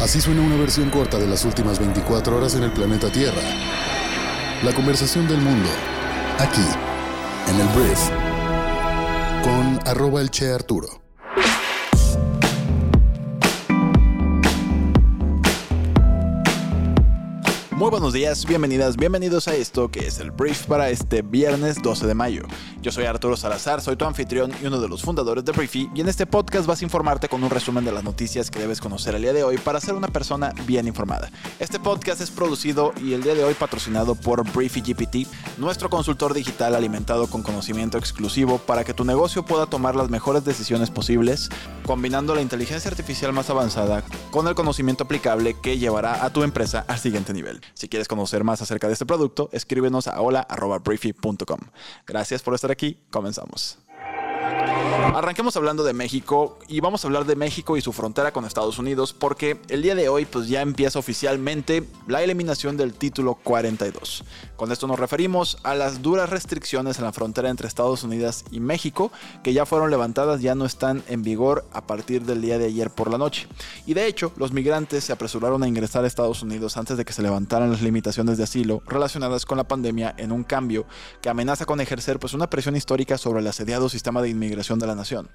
Así suena una versión corta de las últimas 24 horas en el planeta Tierra. La conversación del mundo, aquí, en el Brief, con @elCheArturo. Muy buenos días, bienvenidas, bienvenidos a esto que es el Brief para este viernes 12 de mayo. Yo soy Arturo Salazar, soy tu anfitrión y uno de los fundadores de Briefy, y en este podcast vas a informarte con un resumen de las noticias que debes conocer el día de hoy para ser una persona bien informada. Este podcast es producido y el día de hoy patrocinado por Briefy GPT, nuestro consultor digital alimentado con conocimiento exclusivo para que tu negocio pueda tomar las mejores decisiones posibles, combinando la inteligencia artificial más avanzada con el conocimiento aplicable que llevará a tu empresa al siguiente nivel. Si quieres conocer más acerca de este producto, escríbenos a hola@briefy.com. Gracias por estar aquí, comenzamos. Arranquemos hablando de México y vamos a hablar de México y su frontera con Estados Unidos porque el día de hoy pues ya empieza oficialmente la eliminación del título 42. Con esto nos referimos a las duras restricciones en la frontera entre Estados Unidos y México que ya fueron levantadas, ya no están en vigor a partir del día de ayer por la noche. Y de hecho, los migrantes se apresuraron a ingresar a Estados Unidos antes de que se levantaran las limitaciones de asilo relacionadas con la pandemia en un cambio que amenaza con ejercer pues una presión histórica sobre el asediado sistema de inmigración de la nación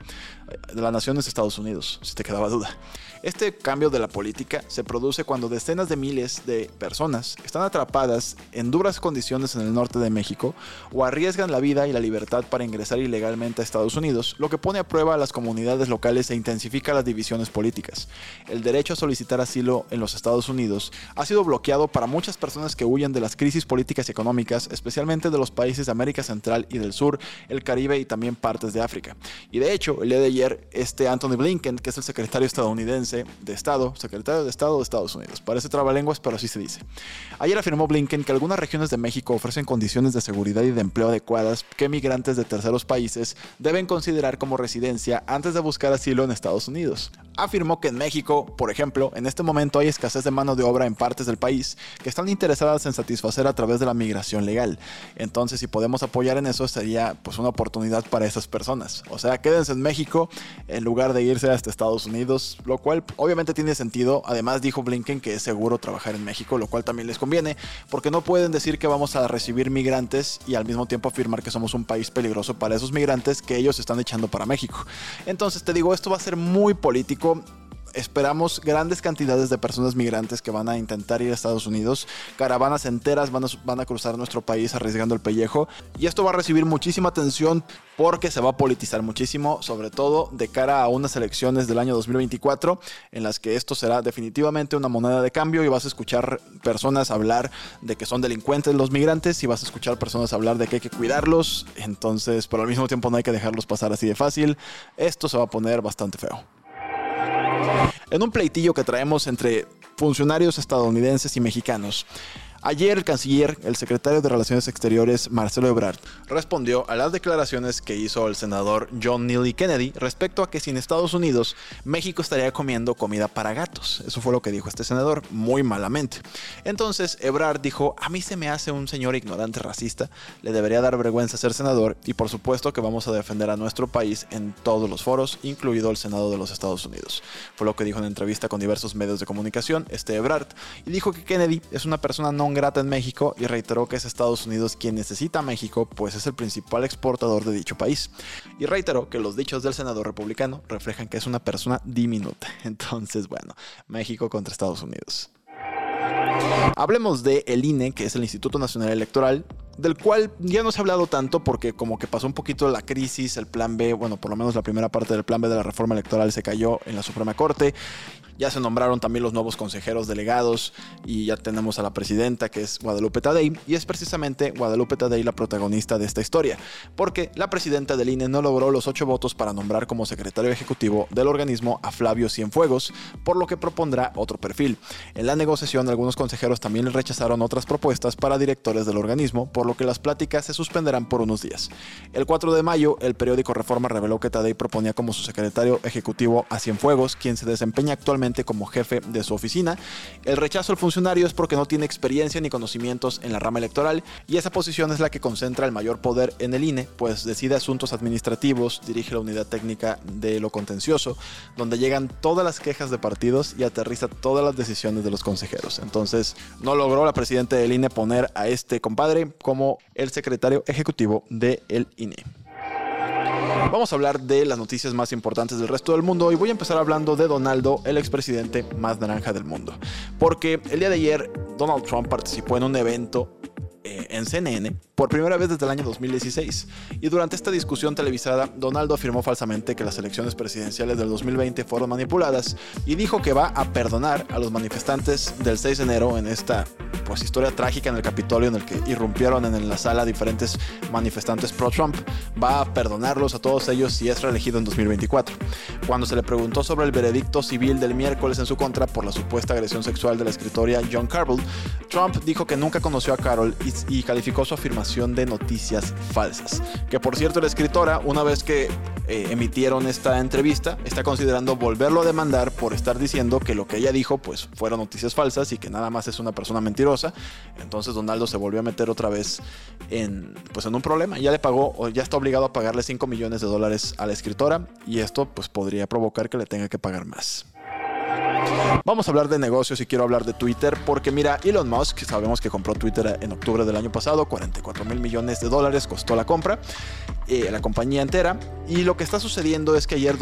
es Estados Unidos, si te quedaba duda. Este cambio de la política se produce cuando decenas de miles de personas están atrapadas en duras condiciones en el norte de México o arriesgan la vida y la libertad para ingresar ilegalmente a Estados Unidos, lo que pone a prueba a las comunidades locales e intensifica las divisiones políticas. El derecho a solicitar asilo en los Estados Unidos ha sido bloqueado para muchas personas que huyen de las crisis políticas y económicas, especialmente de los países de América Central y del Sur, el Caribe y también partes de África. Y de hecho, el día de ayer, Anthony Blinken, que es el secretario estadounidense secretario de Estado de Estados Unidos, parece trabalenguas, pero así se dice. Ayer afirmó Blinken que algunas regiones de México ofrecen condiciones de seguridad y de empleo adecuadas que migrantes de terceros países deben considerar como residencia antes de buscar asilo en Estados Unidos. Afirmó que en México, por ejemplo, en este momento hay escasez de mano de obra en partes del país que están interesadas en satisfacer a través de la migración legal. Entonces, si podemos apoyar en eso, sería pues una oportunidad para esas personas. O sea, quédense en México en lugar de irse hasta Estados Unidos, lo cual obviamente tiene sentido. Además, dijo Blinken que es seguro trabajar en México, lo cual también les conviene, porque no pueden decir que vamos a recibir migrantes y al mismo tiempo afirmar que somos un país peligroso para esos migrantes que ellos están echando para México. Entonces, te digo, esto va a ser muy político. Esperamos grandes cantidades de personas migrantes que van a intentar ir a Estados Unidos. Caravanas enteras van a cruzar nuestro país arriesgando el pellejo. Y esto va a recibir muchísima atención porque se va a politizar muchísimo, sobre todo de cara a unas elecciones del año 2024, en las que esto será definitivamente una moneda de cambio y vas a escuchar personas hablar de que son delincuentes los migrantes y vas a escuchar personas hablar de que hay que cuidarlos. Entonces, pero al mismo tiempo no hay que dejarlos pasar así de fácil. Esto se va a poner bastante feo. En un pleitillo que traemos entre funcionarios estadounidenses y mexicanos, ayer el canciller, el secretario de Relaciones Exteriores, Marcelo Ebrard, respondió a las declaraciones que hizo el senador John Neely Kennedy respecto a que sin Estados Unidos, México estaría comiendo comida para gatos. Eso fue lo que dijo este senador, muy malamente. Entonces, Ebrard dijo, a mí se me hace un señor ignorante racista, le debería dar vergüenza ser senador y por supuesto que vamos a defender a nuestro país en todos los foros, incluido el Senado de los Estados Unidos. Fue lo que dijo en entrevista con diversos medios de comunicación, Ebrard, y dijo que Kennedy es una persona no grata en México y reiteró que es Estados Unidos quien necesita a México, pues es el principal exportador de dicho país. Y reiteró que los dichos del senador republicano reflejan que es una persona diminuta. Entonces, bueno, México contra Estados Unidos. Hablemos de el INE, que es el Instituto Nacional Electoral, del cual ya no se ha hablado tanto porque como que pasó un poquito la crisis, el plan B, bueno, por lo menos la primera parte del plan B de la reforma electoral se cayó en la Suprema Corte. Ya se nombraron también los nuevos consejeros delegados y ya tenemos a la presidenta, que es Guadalupe Tadei, y es precisamente Guadalupe Tadei la protagonista de esta historia, porque la presidenta del INE no logró los 8 votos para nombrar como secretario ejecutivo del organismo a Flavio Cienfuegos, por lo que propondrá otro perfil. En la negociación, algunos consejeros también le rechazaron otras propuestas para directores del organismo, por lo que las pláticas se suspenderán por unos días. El 4 de mayo, el periódico Reforma reveló que Taddei proponía como su secretario ejecutivo a Cienfuegos, quien se desempeña actualmente como jefe de su oficina. El rechazo al funcionario es porque no tiene experiencia ni conocimientos en la rama electoral, y esa posición es la que concentra el mayor poder en el INE, pues decide asuntos administrativos, dirige la unidad técnica de lo contencioso, donde llegan todas las quejas de partidos y aterriza todas las decisiones de los consejeros. Entonces, no logró la presidenta del INE poner a este compadre como el secretario ejecutivo del INE. Vamos a hablar de las noticias más importantes del resto del mundo y voy a empezar hablando de Donaldo, el expresidente más naranja del mundo. Porque el día de ayer Donald Trump participó en un evento en CNN por primera vez desde el año 2016, y durante esta discusión televisada Donaldo afirmó falsamente que las elecciones presidenciales del 2020 fueron manipuladas y dijo que va a perdonar a los manifestantes del 6 de enero en esta historia trágica en el Capitolio, en el que irrumpieron en la sala diferentes manifestantes pro-Trump. Va a perdonarlos a todos ellos si es reelegido en 2024. Cuando se le preguntó sobre el veredicto civil del miércoles en su contra por la supuesta agresión sexual de la escritora Joan Carroll, Trump dijo que nunca conoció a Carroll y calificó su afirmación de noticias falsas. Que por cierto, la escritora, una vez que emitieron esta entrevista, está considerando volverlo a demandar por estar diciendo que lo que ella dijo pues fueron noticias falsas y que nada más es una persona mentirosa. Entonces Donaldo se volvió a meter otra vez en un problema. Ya le pagó, o ya está obligado a pagarle $5 millones a la escritora, y esto pues podría provocar que le tenga que pagar más. Vamos a hablar de negocios y quiero hablar de Twitter porque mira, Elon Musk, sabemos que compró Twitter en octubre del año pasado, $44,000 millones costó la compra, la compañía entera, y lo que está sucediendo es que ayer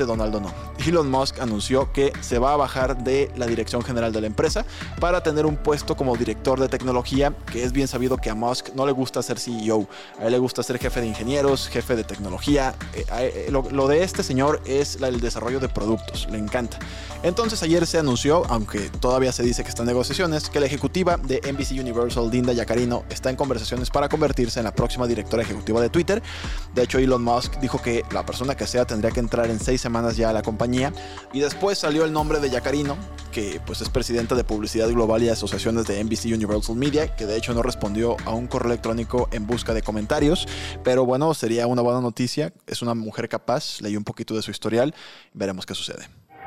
Elon Musk anunció que se va a bajar de la dirección general de la empresa para tener un puesto como director de tecnología, que es bien sabido que a Musk no le gusta ser CEO, a él le gusta ser jefe de ingenieros, jefe de tecnología. Lo de este señor es el desarrollo de productos, le encanta. Entonces ayer se anunció, aunque todavía se dice que está en negociaciones, que la ejecutiva de NBC Universal, Linda Yaccarino, está en conversaciones para convertirse en la próxima directora ejecutiva de Twitter. De hecho, Elon Musk dijo que la persona que sea tendría que entrar en 6 semanas ya a la compañía, y después salió el nombre de Yaccarino, que pues es presidenta de publicidad global y asociaciones de NBC Universal Media, que de hecho no respondió a un correo electrónico en busca de comentarios, pero bueno, sería una buena noticia. Es una mujer capaz, leí un poquito de su historial, veremos qué sucede.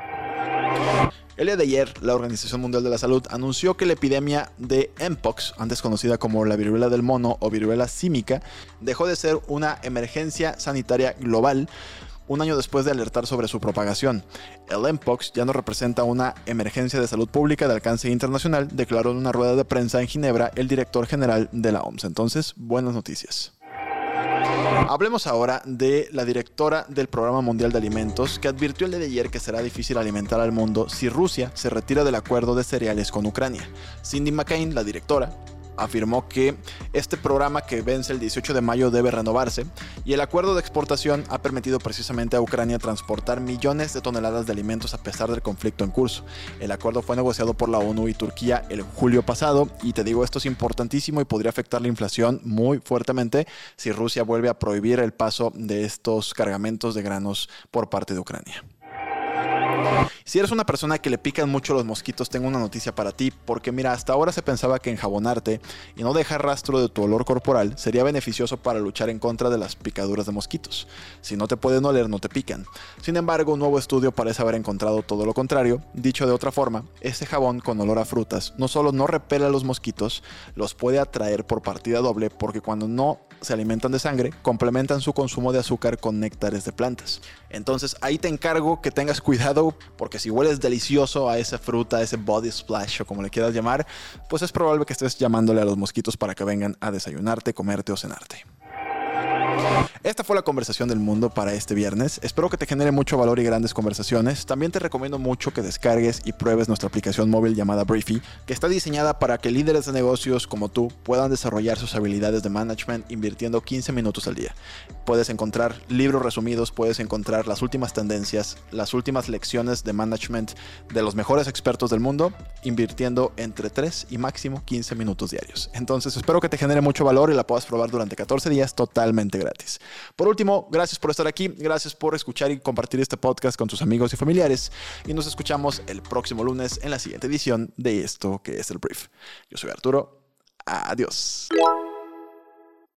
El día de ayer, la Organización Mundial de la Salud anunció que la epidemia de Mpox, antes conocida como la viruela del mono o viruela símica, dejó de ser una emergencia sanitaria global un año después de alertar sobre su propagación. El Mpox ya no representa una emergencia de salud pública de alcance internacional, declaró en una rueda de prensa en Ginebra el director general de la OMS. Entonces, buenas noticias. Hablemos ahora de la directora del Programa Mundial de Alimentos, que advirtió el día de ayer que será difícil alimentar al mundo si Rusia se retira del acuerdo de cereales con Ucrania. Cindy McCain, la directora, afirmó que este programa, que vence el 18 de mayo, debe renovarse, y el acuerdo de exportación ha permitido precisamente a Ucrania transportar millones de toneladas de alimentos a pesar del conflicto en curso. El acuerdo fue negociado por la ONU y Turquía el julio pasado, y te digo, esto es importantísimo y podría afectar la inflación muy fuertemente si Rusia vuelve a prohibir el paso de estos cargamentos de granos por parte de Ucrania. Si eres una persona que le pican mucho los mosquitos, tengo una noticia para ti, porque mira, hasta ahora se pensaba que enjabonarte y no dejar rastro de tu olor corporal sería beneficioso para luchar en contra de las picaduras de mosquitos. Si no te pueden oler, no te pican. Sin embargo, un nuevo estudio parece haber encontrado todo lo contrario. Dicho de otra forma, este jabón con olor a frutas no solo no repele a los mosquitos, los puede atraer por partida doble, porque cuando no se alimentan de sangre, complementan su consumo de azúcar con néctares de plantas. Entonces ahí te encargo que tengas cuidado, porque si hueles delicioso a esa fruta, a ese body splash o como le quieras llamar, pues es probable que estés llamándole a los mosquitos para que vengan a desayunarte, comerte o cenarte. Esta fue la conversación del mundo para este viernes. Espero que te genere mucho valor y grandes conversaciones. También te recomiendo mucho que descargues y pruebes nuestra aplicación móvil llamada Briefy, que está diseñada para que líderes de negocios como tú puedan desarrollar sus habilidades de management invirtiendo 15 minutos al día. Puedes encontrar libros resumidos, puedes encontrar las últimas tendencias, las últimas lecciones de management de los mejores expertos del mundo, invirtiendo entre 3 y máximo 15 minutos diarios. Entonces espero que te genere mucho valor y la puedas probar durante 14 días totalmente gratis. Por último, gracias por estar aquí, gracias por escuchar y compartir este podcast con tus amigos y familiares, y nos escuchamos el próximo lunes en la siguiente edición de esto que es el Brief. Yo soy Arturo, adiós.